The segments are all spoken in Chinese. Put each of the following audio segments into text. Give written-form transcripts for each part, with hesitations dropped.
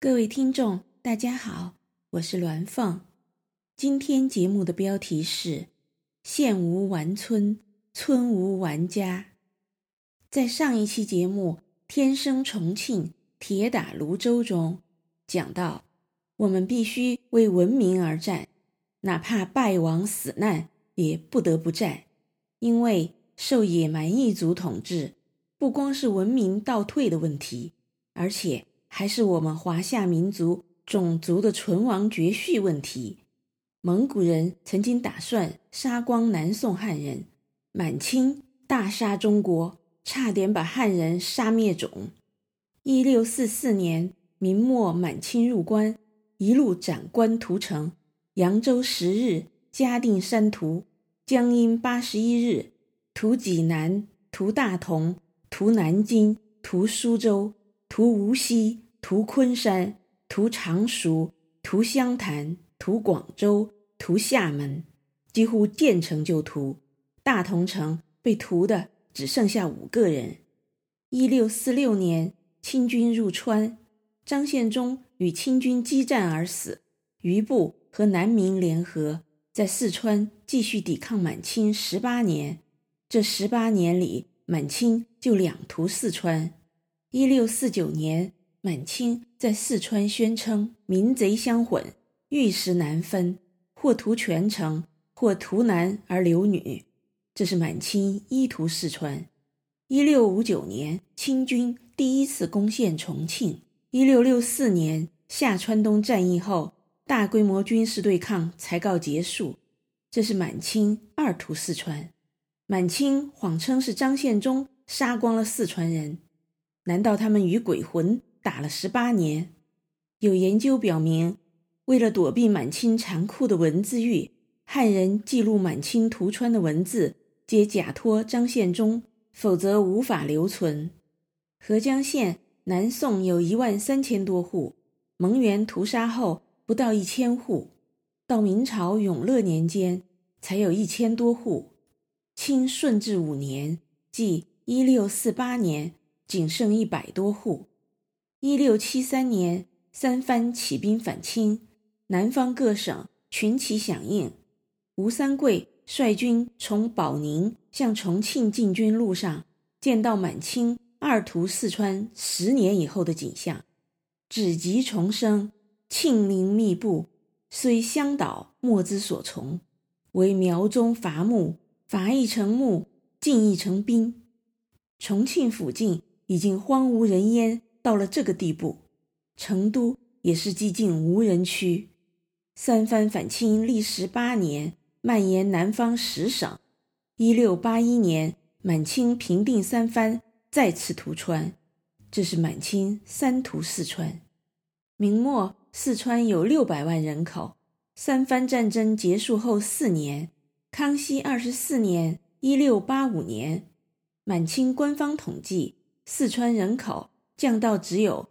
各位听众，大家好，我是鸾凤。今天节目的标题是县无完村，村无完家。在上一期节目天生重庆，铁打泸州中讲到，我们必须为文明而战，哪怕败亡死难也不得不战，因为受野蛮异族统治不光是文明倒退的问题，而且还是我们华夏民族种族的存亡绝续问题。蒙古人曾经打算杀光南宋汉人，满清大杀中国，差点把汉人杀灭种。1644年，明末满清入关，一路斩关屠城，扬州10日，嘉定3屠，江阴81日，屠济南，屠大同，屠南京，屠苏州，屠无锡，屠昆山，屠常熟，屠湘潭，屠广州，屠厦门，几乎见城就屠。大同城被屠的只剩下5个人。1646年，清军入川，张献忠与清军激战而死，余部和南明联合，在四川继续抵抗满清18年。这18年里，满清就2屠四川。1649年，满清在四川宣称民贼相混，玉石难分，或屠全城，或屠男而留女。这是满清1屠四川。1659年，清军第一次攻陷重庆。1664年，下川东战役后，大规模军事对抗才告结束。这是满清2屠四川。满清谎称是张献忠杀光了四川人，难道他们与鬼魂打了18年？有研究表明，为了躲避满清残酷的文字狱，汉人记录满清屠川的文字皆假托张献忠，否则无法留存。合江县南宋有13000多户，蒙元屠杀后不到1000户，到明朝永乐年间才有1000多户。清顺治5年，即1648年，仅剩100多户。1673年，三藩起兵反清，南方各省群起响应。吴三桂率军从保宁向重庆进军路上，见到满清2屠四川10年以后的景象，止疾重生，庆陵密布，虽乡岛莫之所从，为苗中伐木，伐一成木，进一成兵。重庆附近已经荒无人烟到了这个地步，成都也是几近无人区。三藩反清历时8年，蔓延南方10省。1681年，满清平定三藩，再次屠川。这是满清3屠四川。明末四川有600万人口。三藩战争结束后4年，康熙24年1685年，满清官方统计，四川人口降到只有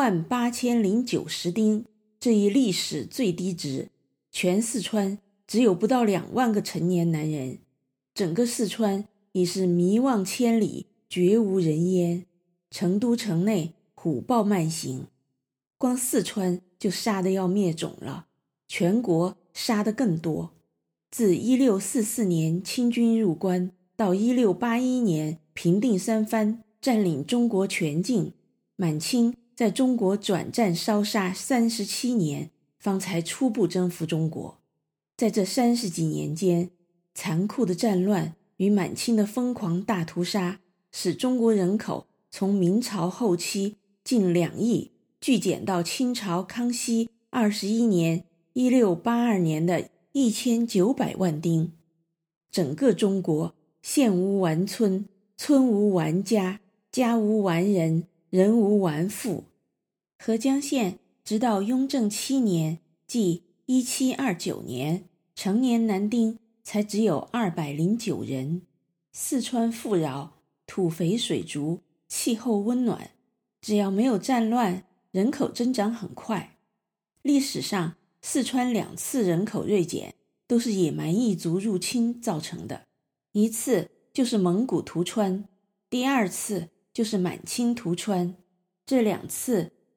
18090丁，这一历史最低值。全四川只有不到2万个成年男人，整个四川已是迷望千里，绝无人烟。成都城内虎豹漫行，光四川就杀得要灭种了，全国杀得更多。自1644年清军入关到1681年平定三藩，占领中国全境，满清在中国转战烧杀37年，方才初步征服中国。在这30几年间，残酷的战乱与满清的疯狂大屠杀，使中国人口从明朝后期近2亿剧减到清朝康熙21年1682年的1900万丁。整个中国县无完村，村无完家，家无完人，人无完父。合江县直到雍正7年，即1729年，成年男丁才只有209人。四川富饶，土肥水足，气候温暖，只要没有战乱，人口增长很快。历史上四川2次人口锐减，都是野蛮异族入侵造成的。一次就是蒙古屠川，第2次就是满清屠川。这2次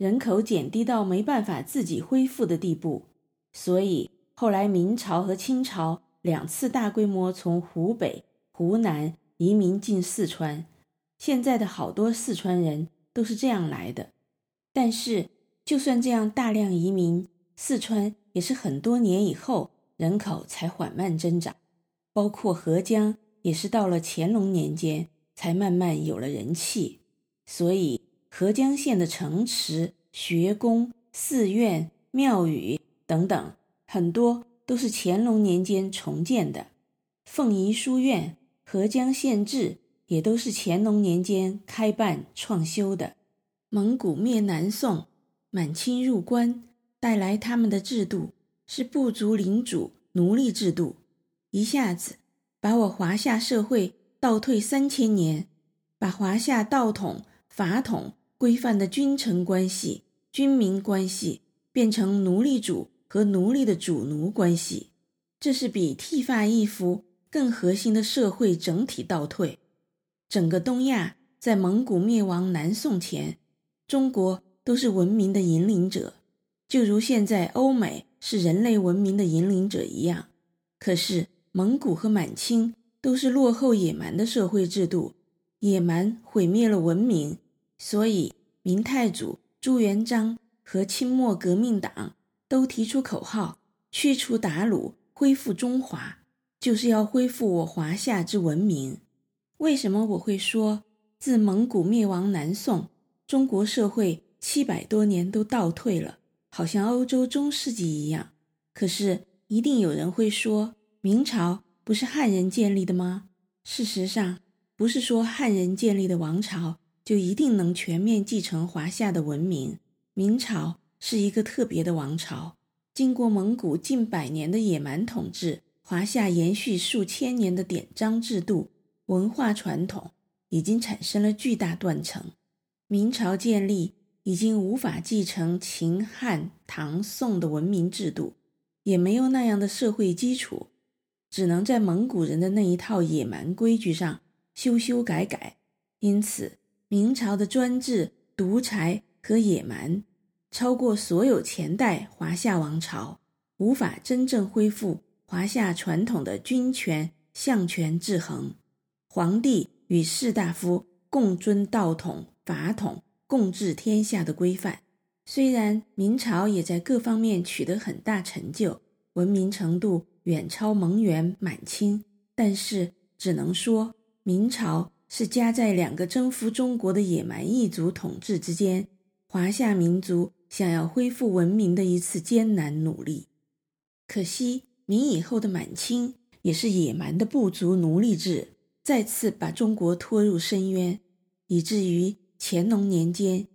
人口减低到没办法自己恢复的地步，所以后来明朝和清朝2次大规模从湖北、湖南移民进四川，现在的好多四川人都是这样来的。但是就算这样大量移民，四川也是很多年以后人口才缓慢增长，包括合江也是到了乾隆年间才慢慢有了人气。所以合江县的城池、学宫、寺院、庙宇等等，很多都是乾隆年间重建的。凤仪书院、合江县志也都是乾隆年间开办创修的。蒙古灭南宋，满清入关，带来他们的制度是部族领主奴隶制度，一下子把我华夏社会倒退3000年，把华夏道统、法统规范的君臣关系、军民关系变成奴隶主和奴隶的主奴关系，这是比剃发易服更核心的社会整体倒退。整个东亚在蒙古灭亡南宋前，中国都是文明的引领者，就如现在欧美是人类文明的引领者一样。可是蒙古和满清都是落后野蛮的社会制度，野蛮毁灭了文明，所以明太祖朱元璋和清末革命党都提出口号，驱除鞑虏，恢复中华，就是要恢复我华夏之文明。为什么我会说自蒙古灭亡南宋，中国社会700多年都倒退了，好像欧洲中世纪一样？可是一定有人会说，明朝不是汉人建立的吗？事实上，不是说汉人建立的王朝就一定能全面继承华夏的文明。明朝是一个特别的王朝，经过蒙古近100年的野蛮统治，华夏延续数千年的典章制度、文化传统已经产生了巨大断层。明朝建立已经无法继承秦、汉、唐、宋的文明制度，也没有那样的社会基础，只能在蒙古人的那一套野蛮规矩上修改改。因此明朝的专制、独裁和野蛮超过所有前代华夏王朝，无法真正恢复华夏传统的君权、相权制衡，皇帝与士大夫共尊道统、法统，共治天下的规范。虽然明朝也在各方面取得很大成就，文明程度远超蒙元、满清，但是只能说明朝是夹在2个征服中国的野蛮异族统治之间，华夏民族想要恢复文明的一次艰难努力。可惜明以后的满清也是野蛮的部族奴隶制，再次把中国拖入深渊，以至于乾隆年间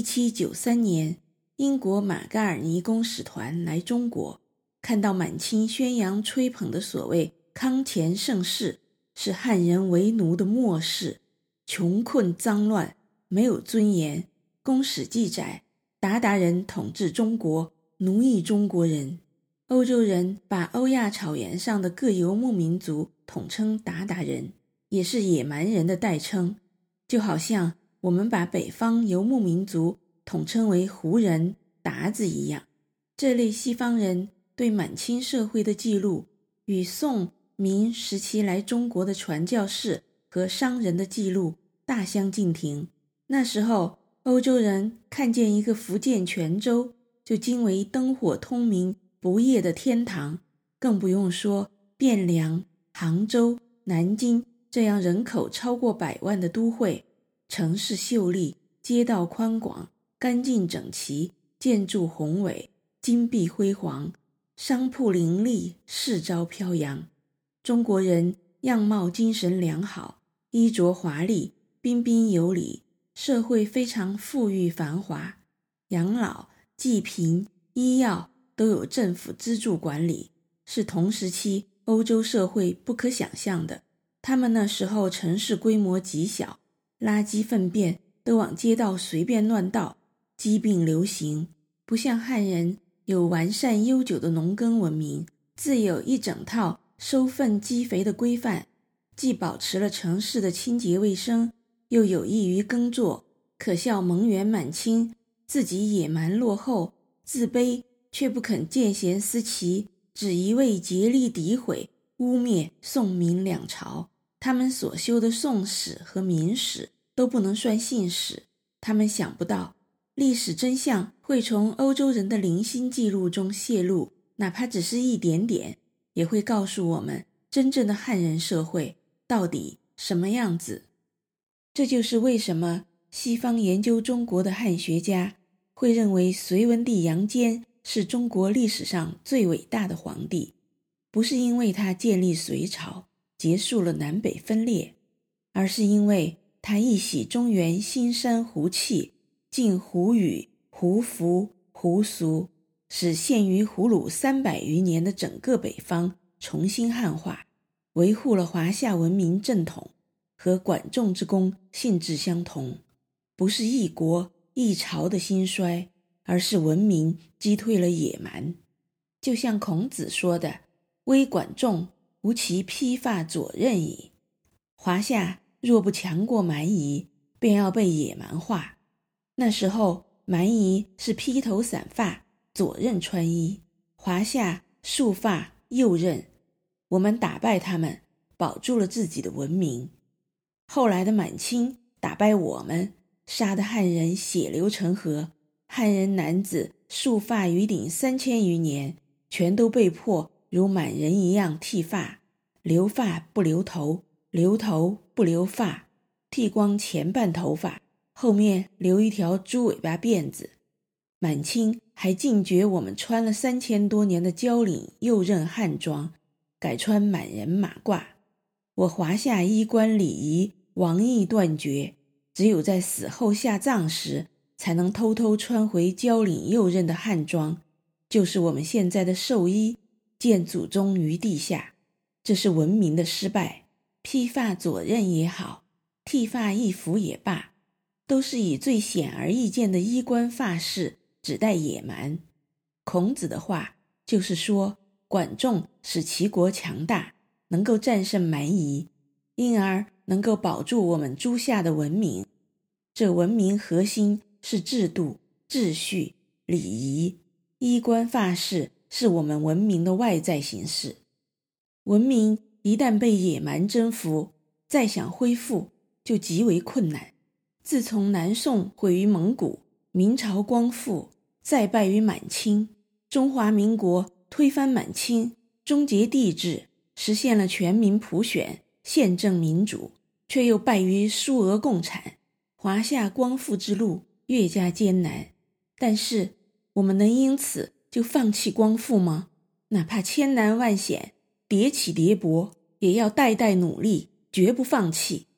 1793年，英国马嘎尔尼公使团来中国，看到满清宣扬吹捧的所谓康乾盛世，是汉人为奴的末世，穷困脏乱，没有尊严。公史记载，鞑靼人统治中国，奴役中国人。欧洲人把欧亚草原上的各游牧民族统称鞑靼人，也是野蛮人的代称，就好像我们把北方游牧民族统称为胡人、鞑子一样。这类西方人对满清社会的记录与宋、明时期来中国的传教士和商人的记录大相径庭。那时候欧洲人看见一个福建泉州就惊为灯火通明、不夜的天堂，更不用说汴梁、杭州、南京这样人口超过100万的都会，城市秀丽，街道宽广，干净整齐，建筑宏伟，金碧辉煌，商铺林立，市招飘扬。中国人样貌精神良好，衣着华丽，彬彬有礼，社会非常富裕繁华，养老、济贫、医药都有政府资助管理，是同时期欧洲社会不可想象的。他们那时候城市规模极小，垃圾粪便都往街道随便乱倒，疾病流行，不像汉人有完善悠久的农耕文明，自有一整套收粪积肥的规范，既保持了城市的清洁卫生，又有益于耕作。可笑蒙元满清自己野蛮落后、自卑，却不肯见贤思齐，只一味竭力诋毁、污蔑宋明两朝。他们所修的宋史和明史都不能算信史，他们想不到历史真相会从欧洲人的零星记录中泄露，哪怕只是一点点，也会告诉我们真正的汉人社会到底什么样子。这就是为什么西方研究中国的汉学家会认为隋文帝杨坚是中国历史上最伟大的皇帝，不是因为他建立隋朝，结束了南北分裂，而是因为他一洗中原腥膻胡气，尽胡语、胡服、胡俗，使陷于胡虏300余年的整个北方重新汉化，维护了华夏文明正统，和管仲之功性质相同，不是一国一朝的兴衰，而是文明击退了野蛮。就像孔子说的，微管仲，无其披发左衽矣。华夏若不强过蛮夷，便要被野蛮化。那时候蛮夷是披头散发，左衽穿衣，华夏束发右衽，我们打败他们，保住了自己的文明。后来的满清打败我们，杀得汉人血流成河，汉人男子束发于顶3000余年，全都被迫如满人一样剃发，留发不留头，留头不留发，剃光前半头发，后面留一条猪尾巴辫子。满清还禁绝我们穿了3000多年的交领右衽汉装，改穿满人马褂。我华夏衣冠礼仪王意断绝，只有在死后下葬时才能偷偷穿回交领右衽的汉装，就是我们现在的寿衣，见祖宗于地下。这是文明的失败。披发左衽也好，剃发易服也罢，都是以最显而易见的衣冠发饰指代野蛮。孔子的话就是说，管仲使齐国强大，能够战胜蛮夷，因而能够保住我们诸夏的文明。这文明核心是制度、秩序、礼仪，衣冠发饰是我们文明的外在形式。文明一旦被野蛮征服，再想恢复就极为困难。自从南宋毁于蒙古，明朝光复，再败于满清，中华民国推翻满清，终结帝制，实现了全民普选、宪政民主，却又败于苏俄共产，华夏光复之路越加艰难。但是我们能因此就放弃光复吗？哪怕千难万险，迭起迭搏，也要代代努力，绝不放弃。